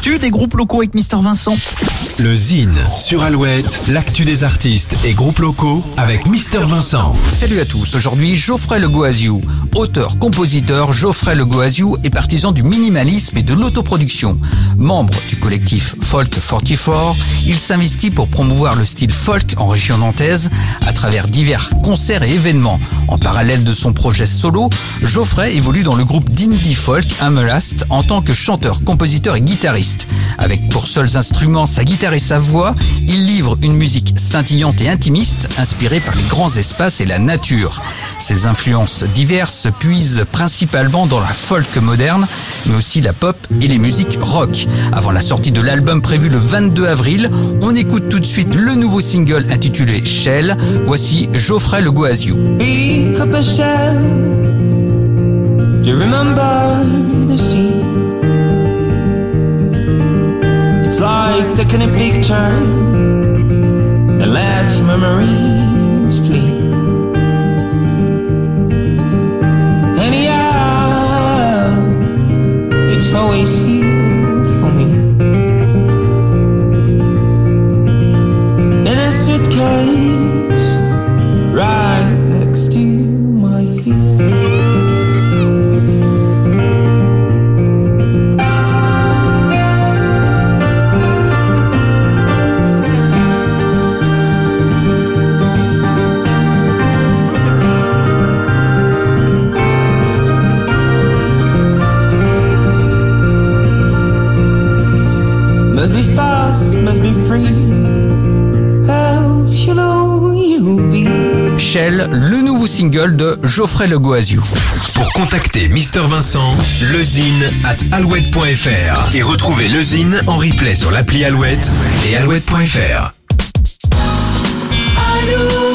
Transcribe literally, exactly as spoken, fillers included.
l'actu des groupes locaux avec Mister Vincent. Le Zine sur Alouette, l'actu des artistes et groupes locaux avec Mister Vincent. Salut à tous, aujourd'hui Geoffrey Le Goaziou. Auteur-compositeur, Geoffrey Le Goaziou est partisan du minimalisme et de l'autoproduction. Membre du collectif Folk quarante-quatre, il s'investit pour promouvoir le style folk en région nantaise à travers divers concerts et événements. En parallèle de son projet solo, Geoffrey évolue dans le groupe d'indie folk Amelast en tant que chanteur, compositeur et guitariste. Avec pour seuls instruments sa guitare et sa voix, il livre une musique scintillante et intimiste, inspirée par les grands espaces et la nature. Ses influences diverses puisent principalement dans la folk moderne, mais aussi la pop et les musiques rock. Avant la sortie de l'album prévu le vingt-deux avril, on écoute tout de suite le nouveau single intitulé Shell. Voici Geoffrey Le Goaziou. Pick up a shell. Do you remember the sea? It's like taking a picture and let your memories flee. Anyhow, it's always here for me. In a suitcase, right next to my ear. Must be fast, must be free. If you know you'll be. Shell, le nouveau single de Geoffrey Le Goaziou. Pour contacter Mister Vincent, lezine at alouette point fr et retrouver le Zine en replay sur l'appli Alouette et alouette point fr. Alouette.